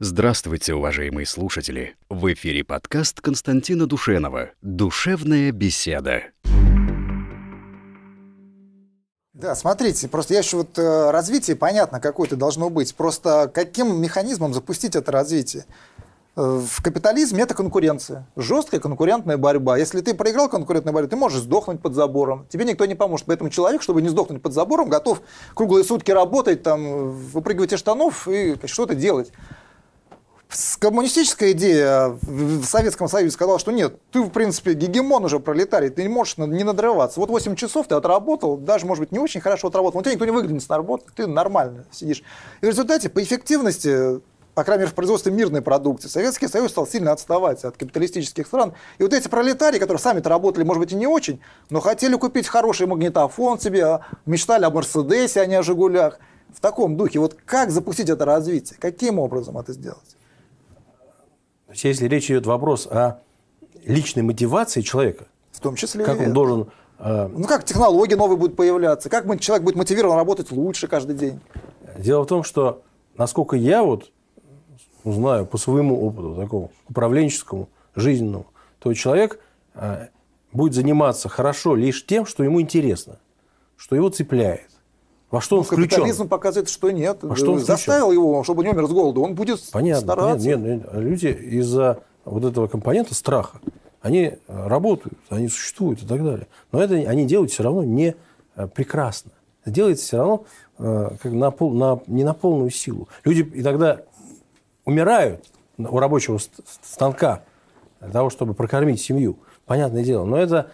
Здравствуйте, уважаемые слушатели! В эфире подкаст Константина Душенова «Душевная беседа». Да, смотрите, просто я еще развитие, понятно, какое-то должно быть. Просто каким механизмом запустить это развитие? В капитализме это конкуренция, жесткая конкурентная борьба. Если ты проиграл конкурентную борьбу, ты можешь сдохнуть под забором. Тебе никто не поможет. Поэтому человек, чтобы не сдохнуть под забором, готов круглые сутки работать, выпрыгивать из штанов и что-то делать. Коммунистическая идея в Советском Союзе сказала, что нет, ты, в принципе, гегемон уже, пролетарий, ты не можешь не надрываться. 8 часов ты отработал, даже, может быть, не очень хорошо отработал, но тебя никто не выглянет с работы, ты нормально сидишь. И в результате по эффективности, по крайней мере, в производстве мирной продукции, Советский Союз стал сильно отставать от капиталистических стран. И эти пролетарии, которые сами-то работали, может быть, и не очень, но хотели купить хороший магнитофон себе, мечтали о Мерседесе, а не о Жигулях. В таком духе. Как запустить это развитие? Каким образом это сделать? Если речь идет вопрос о личной мотивации человека, в том числе как он должен... как технологии новые будут появляться, как человек будет мотивирован работать лучше каждый день. Дело в том, что, насколько я знаю по своему опыту, такому управленческому, жизненному, то человек будет заниматься хорошо лишь тем, что ему интересно, что его цепляет. Во что он включен? Капитализм показывает, что нет. Заставил его, чтобы не умер с голоду, он будет стараться. Нет. Люди из-за этого компонента страха, они работают, они существуют и так далее. Но это они делают все равно не прекрасно. Это делается все равно не на полную силу. Люди иногда умирают у рабочего станка для того, чтобы прокормить семью. Понятное дело. Но это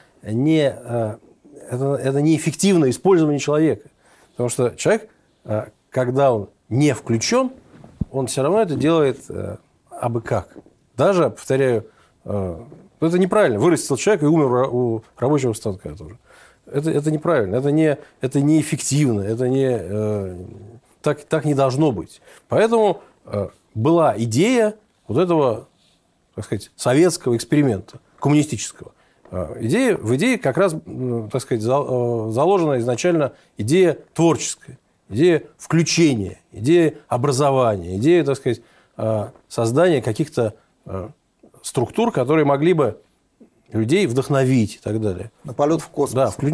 неэффективное использование человека. Потому что человек, когда он не включен, он все равно это делает абы как. Даже, повторяю, это неправильно. Вырастил человек и умер у рабочего станка тоже. Это неправильно, это неэффективно, так не должно быть. Поэтому была идея этого, так сказать, советского эксперимента, коммунистического. В идее как раз, так сказать, заложена изначально идея творческая, идея включения, идея образования, идея, так сказать, создания каких-то структур, которые могли бы людей вдохновить и так далее. На полет в космос. Да,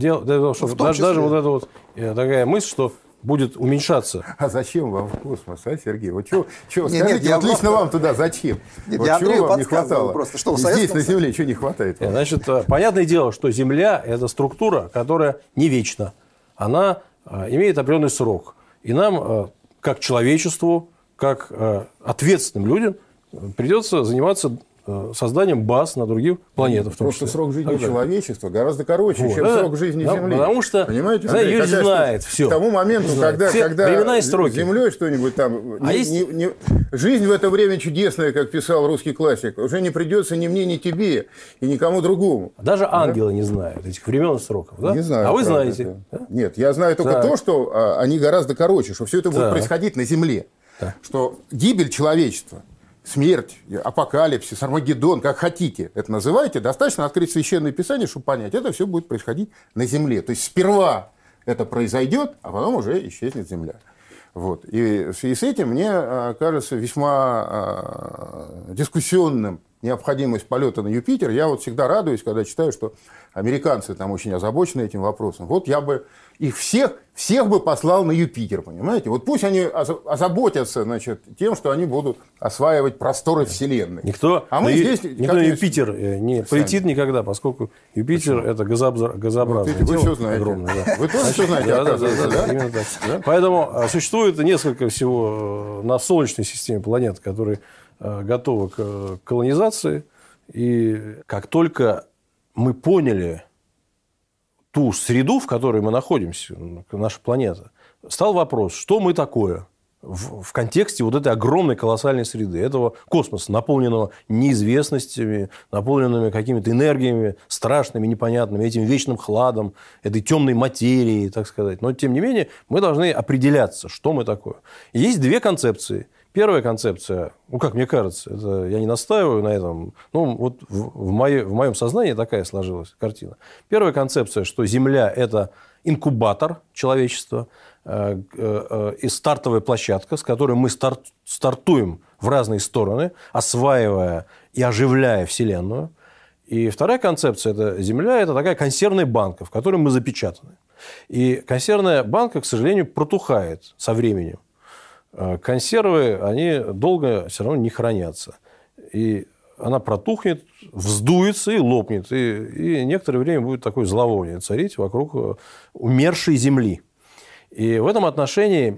даже такая мысль, что будет уменьшаться. А зачем вам в космос, Сергей? Скажите, лично вам туда зачем? Чего вам не хватало? Просто, здесь, на Земле, чего не хватает? Значит, понятное дело, что Земля – это структура, которая не вечна. Она имеет определенный срок. И нам, как человечеству, как ответственным людям, придется заниматься созданием баз на других планетах. Просто срок жизни человечества гораздо короче, чем срок жизни Земли. Потому что Юрий знает все. К тому моменту, когда Землей что-нибудь там... Жизнь в это время чудесная, как писал русский классик, уже не придется ни мне, ни тебе, и никому другому. Даже ангелы не знают этих времен и сроков. Да? Не знаю. А вы знаете. Да? Нет, я знаю только то, что они гораздо короче, что все это будет происходить на Земле. Что гибель человечества, смерть, апокалипсис, Армагеддон, как хотите это называйте, достаточно открыть Священное Писание, чтобы понять, это все будет происходить на Земле. То есть сперва это произойдет, а потом уже исчезнет Земля. И в связи с этим мне кажется весьма дискуссионным необходимость полета на Юпитер. Я всегда радуюсь, когда читаю, что американцы там очень озабочены этим вопросом. Я бы их всех бы послал на Юпитер, понимаете? Пусть они озаботятся, тем, что они будут осваивать просторы Вселенной. Никто на Юпитер не полетит никогда, поскольку Юпитер – это газообразное тело. Вы все знаете. Огромное, Вы тоже все знаете, оказывается, да? Именно так. Поэтому существует несколько всего на Солнечной системе планет, которые готовы к колонизации. И как только мы поняли ту среду, в которой мы находимся, наша планета, стал вопрос, что мы такое в контексте этой огромной колоссальной среды, этого космоса, наполненного неизвестностями, наполненными какими-то энергиями страшными, непонятными, этим вечным хладом, этой темной материей, так сказать. Но, тем не менее, мы должны определяться, что мы такое. И есть две концепции. Первая концепция, как мне кажется, это я не настаиваю на этом, в моем сознании такая сложилась картина. Первая концепция, что Земля – это инкубатор человечества, и стартовая площадка, с которой мы стартуем в разные стороны, осваивая и оживляя Вселенную. И вторая концепция – это Земля – это такая консервная банка, в которой мы запечатаны. И консервная банка, к сожалению, протухает со временем. Консервы, они долго все равно не хранятся. И она протухнет, вздуется и лопнет. И некоторое время будет такое зловоние царить вокруг умершей Земли. И в этом отношении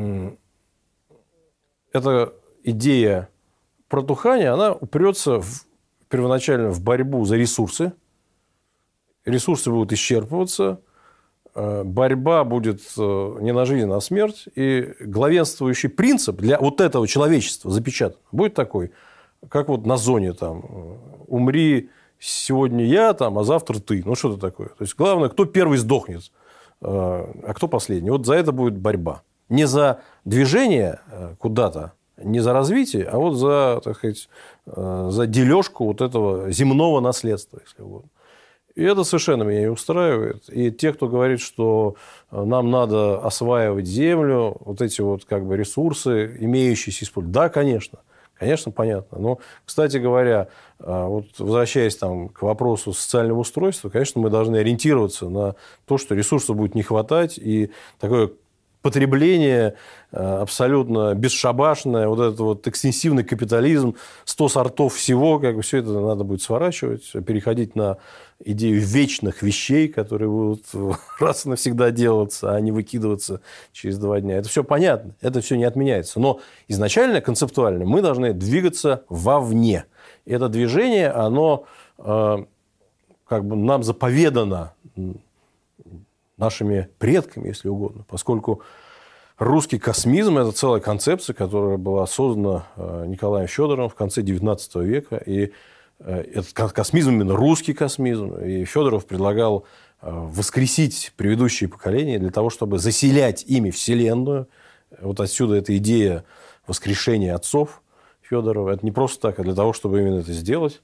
эта идея протухания, она упрется первоначально в борьбу за ресурсы. Ресурсы будут исчерпываться. Борьба будет не на жизнь, а на смерть. И главенствующий принцип для вот этого человечества запечатан будет такой, как вот на зоне там: умри сегодня я, там, а завтра ты. Ну, что это такое? То есть, главное, кто первый сдохнет, а кто последний. Вот за это будет борьба. Не за движение куда-то, не за развитие, а вот за, так сказать, за дележку вот этого земного наследства, если угодно. И это совершенно меня не устраивает. И те, кто говорит, что нам надо осваивать землю, вот эти вот как бы ресурсы, имеющиеся, использовать. Да, конечно. Конечно, понятно. Но, кстати говоря, вот возвращаясь там к вопросу социального устройства, конечно, мы должны ориентироваться на то, что ресурсов будет не хватать, и такое потребление абсолютно бесшабашное, вот этот вот экстенсивный капитализм, 100 сортов всего, как бы все это надо будет сворачивать, переходить на идею вечных вещей, которые будут раз и навсегда делаться, а не выкидываться через 2 дня. Это все понятно, это все не отменяется. Но изначально, концептуально, мы должны двигаться вовне. И это движение, оно как бы нам заповедано нашими предками, если угодно, поскольку русский космизм – это целая концепция, которая была создана Николаем Федоровым в конце XIX века. И этот космизм именно русский космизм. И Федоров предлагал воскресить предыдущие поколения для того, чтобы заселять ими Вселенную. Вот отсюда эта идея воскрешения отцов Федорова. Это не просто так, а для того, чтобы именно это сделать.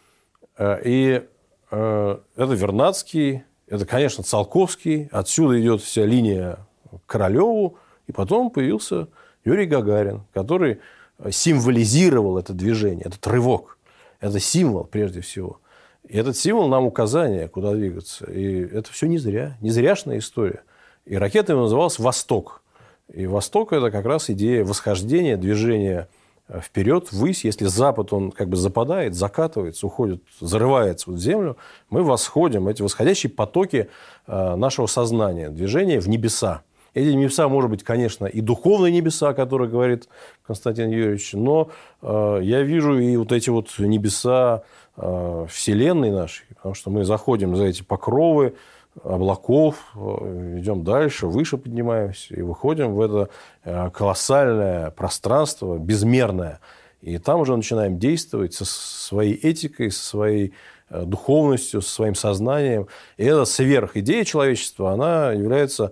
И это Вернадский. Это, конечно, Циолковский. Отсюда идет вся линия к Королеву. И потом появился Юрий Гагарин, который символизировал это движение, этот рывок. Это символ, прежде всего. И этот символ нам указание, куда двигаться. И это все не зря. Не зряшная история. И ракета его называлась «Восток». И «Восток» – это как раз идея восхождения, движения вперед, ввысь. Если Запад, он как бы западает, закатывается, уходит, зарывается в землю, мы восходим. Эти восходящие потоки нашего сознания, движение в небеса. Эти небеса, может быть, конечно, и духовные небеса, о которых говорит Константин Юрьевич, но я вижу и вот эти вот небеса Вселенной нашей, потому что мы заходим за эти покровы облаков, идем дальше, выше поднимаемся и выходим в это колоссальное пространство, безмерное. И там уже начинаем действовать со своей этикой, со своей духовностью, со своим сознанием. И эта сверхидея человечества, она является,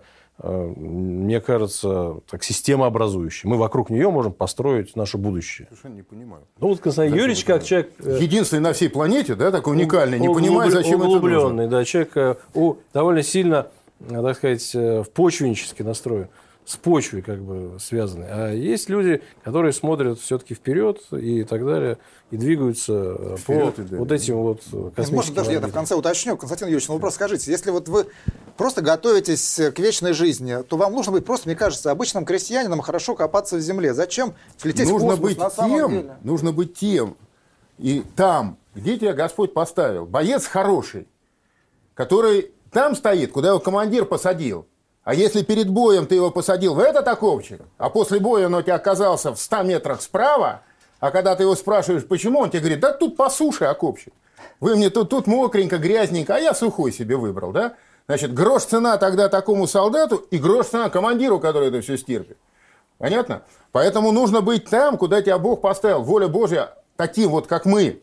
мне кажется, так, системообразующей. Мы вокруг нее можем построить наше будущее. Совершенно не понимаю. Ну, вот Константин Юрьевич, как человек... Единственный на всей планете, да, такой уникальный, не понимаю, зачем это нужно. Да, человек довольно сильно, так сказать, впочвеннически настроен. С почвой как бы связаны. А есть люди, которые смотрят все-таки вперед и так далее, и двигаются вперед, по вот этим вот космическим... Может, даже я это в конце уточню. Константин Юрьевич, ну, просто скажите, если вот вы просто готовитесь к вечной жизни, то вам нужно быть просто, мне кажется, обычным крестьянином, хорошо копаться в земле. Зачем лететь в космос на самом деле? Нужно быть тем, и там, где тебя Господь поставил, боец хороший, который там стоит, куда его командир посадил. А если перед боем ты его посадил в этот окопчик, а после боя он у тебя оказался в 100 метрах справа, а когда ты его спрашиваешь, почему, он тебе говорит, да тут по суше окопчик. Вы мне тут мокренько, грязненько, а я сухой себе выбрал, да? Значит, грош цена тогда такому солдату и грош цена командиру, который это все стерпит. Понятно? Поэтому нужно быть там, куда тебя Бог поставил. Воля Божья таким вот, как мы,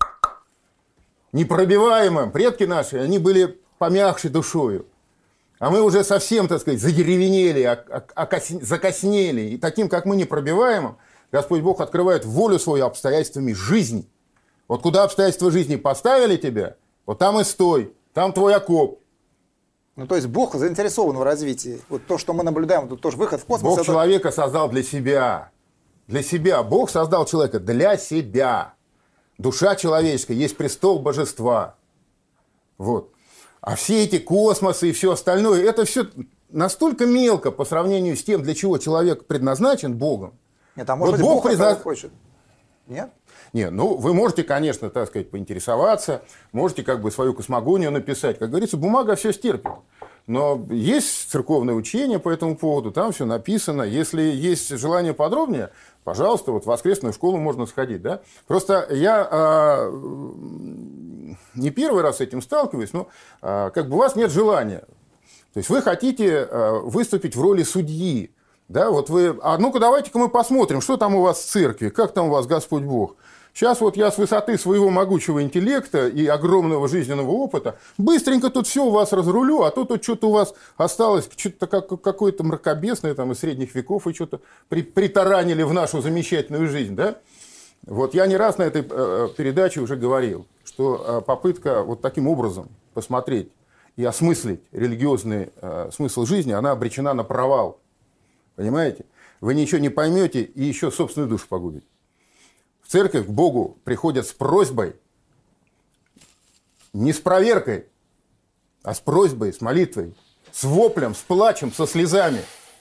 непробиваемым. Предки наши, они были помягче душою. А мы уже совсем, так сказать, задеревенели, закоснели. И таким, как мы, непробиваемым, Господь Бог открывает волю свою обстоятельствами жизни. Вот куда обстоятельства жизни поставили тебя, вот там и стой, там твой окоп. Ну, то есть Бог заинтересован в развитии. Вот то, что мы наблюдаем, тут тоже выход в космос. Бог человека создал для себя. Для себя. Бог создал человека для себя. Душа человеческая есть престол божества. Вот. А все эти космосы и все остальное, это все настолько мелко по сравнению с тем, для чего человек предназначен Богом. Нет, а может вот быть, Бог хочет? Нет? Нет, ну, вы можете, конечно, так сказать, поинтересоваться, можете как бы свою космогонию написать. Как говорится, бумага все стерпит. Но есть церковное учение по этому поводу, там все написано. Если есть желание подробнее, пожалуйста, вот в воскресную школу можно сходить. Да? Просто я не первый раз с этим сталкиваюсь, но как бы у вас нет желания. То есть вы хотите выступить в роли судьи. Да? Вот вы, ну-ка давайте-ка мы посмотрим, что там у вас в церкви, как там у вас Господь Бог. Сейчас вот я с высоты своего могучего интеллекта и огромного жизненного опыта быстренько тут все у вас разрулю, а то тут что-то у вас осталось, что-то какое-то мракобесное там из средних веков, и что-то притаранили в нашу замечательную жизнь. Да? Вот я не раз на этой передаче уже говорил, что попытка вот таким образом посмотреть и осмыслить религиозный смысл жизни, она обречена на провал. Понимаете? Вы ничего не поймете и еще собственную душу погубите. В церковь к Богу приходят с просьбой, не с проверкой, а с просьбой, с молитвой, с воплем, с плачем, со слезами.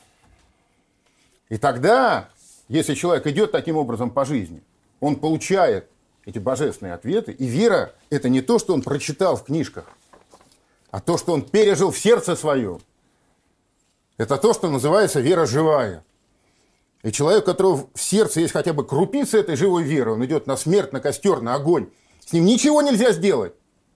И тогда, если человек идет таким образом по жизни, он получает эти божественные ответы, и вера – это не то, что он прочитал в книжках, а то, что он пережил в сердце своем. Это то, что называется вера живая. И человек, у которого в сердце есть хотя бы крупица этой живой веры, он идет на смерть, на костер, на огонь. С ним ничего нельзя сделать.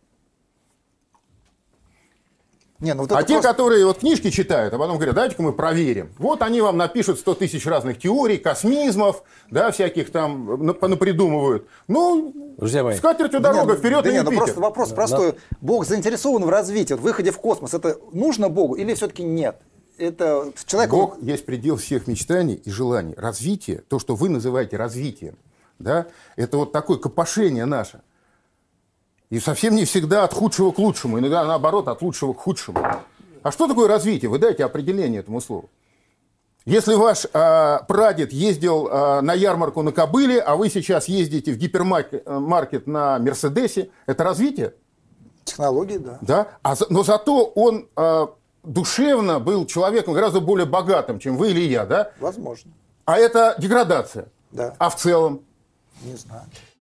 Не, ну вот а те, которые вот книжки читают, а потом говорят, давайте-ка мы проверим. Вот они вам напишут 100 тысяч разных теорий, космизмов, да, всяких там напридумывают. Ну, с катертью дорога, вперед и не Юпитер. Просто вопрос простой. Бог заинтересован в развитии, в выходе в космос. Это нужно Богу или все-таки нет? Это человек... Бог есть предел всех мечтаний и желаний. Развитие, то, что вы называете развитием, да, это вот такое копошение наше. И совсем не всегда от худшего к лучшему, иногда наоборот, от лучшего к худшему. А что такое развитие? Вы дайте определение этому слову. Если ваш прадед ездил на ярмарку на кобыле, а вы сейчас ездите в гипермаркет на Мерседесе, это развитие? Технологии, да. Да? Но зато он... душевно был человеком гораздо более богатым, чем вы или я, да? Возможно. А это деградация. Да. А в целом? Не знаю.